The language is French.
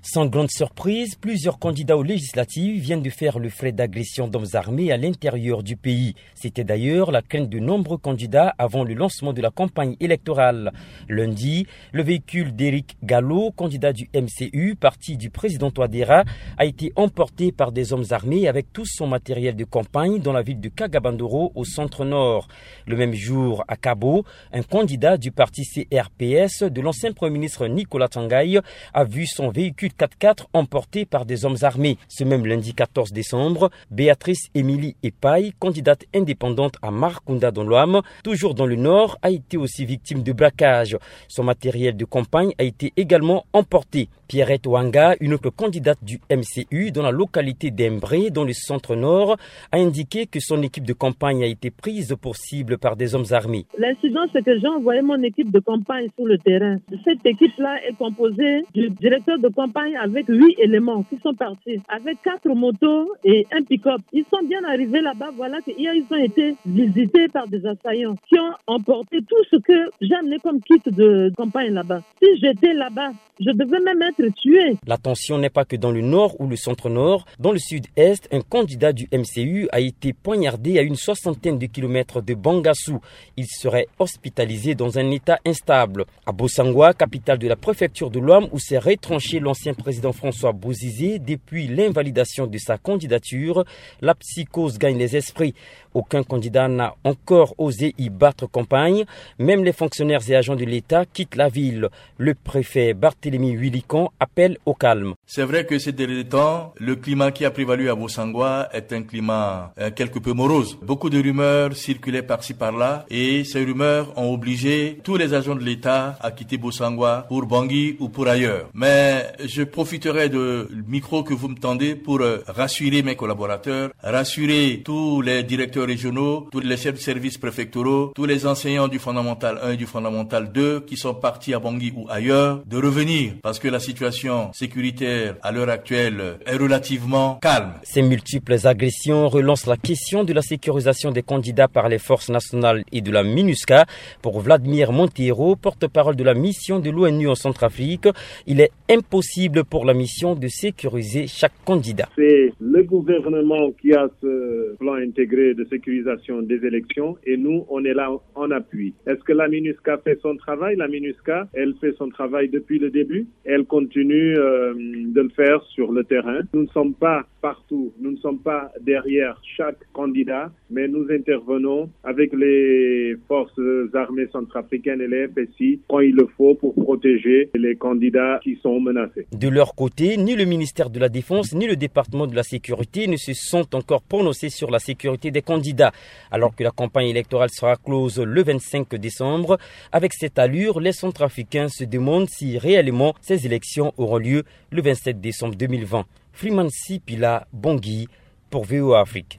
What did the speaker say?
Sans grande surprise, plusieurs candidats aux législatives viennent de faire le frais d'agression d'hommes armés à l'intérieur du pays. C'était d'ailleurs la crainte de nombreux candidats avant le lancement de la campagne électorale. Lundi, le véhicule d'Éric Gallo, candidat du MCU, parti du président Touadéra, a été emporté par des hommes armés avec tout son matériel de campagne dans la ville de Kagabandoro au centre-nord. Le même jour, à Kabo, un candidat du parti CRPS de l'ancien premier ministre Nicolas Tangaye a vu son véhicule 4x4 emporté par des hommes armés. Ce même lundi 14 décembre, Béatrice Émilie Epaille, candidate indépendante à Markunda dans l'Ouam, toujours dans le nord, a été aussi victime de braquage. Son matériel de campagne a été également emporté. Pierrette Wanga, une autre candidate du MCU dans la localité d'Embré, dans le centre-nord, a indiqué que son équipe de campagne a été prise pour cible par des hommes armés. L'incident, c'est que j'ai envoyé mon équipe de campagne sur le terrain. Cette équipe-là est composée du directeur de campagne avec 8 éléments qui sont partis, avec 4 motos et un pick-up. Ils sont bien arrivés là-bas, voilà qu'ils ont été visités par des assaillants qui ont emporté tout ce que j'ai amené comme kit de campagne là-bas. Si j'étais là-bas, je devais même être tué. La tension n'est pas que dans le nord ou le centre-nord. Dans le sud-est, un candidat du MCU a été poignardé à une 60aine de kilomètres de Bangassou. Il serait hospitalisé dans un état instable. À Bossangwa, capitale de la préfecture de l'Ouam, où s'est retranché l'ancien président François Bozizé, depuis l'invalidation de sa candidature, la psychose gagne les esprits. Aucun candidat n'a encore osé y battre campagne. Même les fonctionnaires et agents de l'État quittent la ville. Le préfet Barthélémy Huilican appelle au calme. C'est vrai que ces derniers temps, le climat qui a prévalu à Bossangwa est un climat quelque peu morose. Beaucoup de rumeurs circulaient par-ci par-là et ces rumeurs ont obligé tous les agents de l'État à quitter Bossangwa pour Bangui ou pour ailleurs. Mais je profiterai du micro que vous me tendez pour rassurer mes collaborateurs, rassurer tous les directeurs régionaux, tous les chefs de services préfectoraux, tous les enseignants du fondamental 1 et du fondamental 2 qui sont partis à Bangui ou ailleurs, de revenir parce que la situation sécuritaire à l'heure actuelle est relativement calme. Ces multiples agressions relancent la question de la sécurisation des candidats par les forces nationales et de la MINUSCA. Pour Vladimir Monteiro, porte-parole de la mission de l'ONU en Centrafrique, il est impossible pour la mission de sécuriser chaque candidat. C'est le gouvernement qui a ce plan intégré de sécurisation des élections et nous, on est là en appui. Est-ce que la MINUSCA fait son travail? La MINUSCA, elle fait son travail depuis le début. Elle continue de le faire sur le terrain. Nous ne sommes pas partout, nous ne sommes pas derrière chaque candidat, mais nous intervenons avec les forces armées centrafricaines et les FSI quand il le faut pour protéger les candidats qui sont menacés. De leur côté, ni le ministère de la Défense ni le département de la Sécurité ne se sont encore prononcés sur la sécurité des candidats. Alors que la campagne électorale sera close le 25 décembre, avec cette allure, les Centrafricains se demandent si réellement ces élections auront lieu le 27 décembre 2020. Freeman Sipila, Bangui, pour VOA Afrique.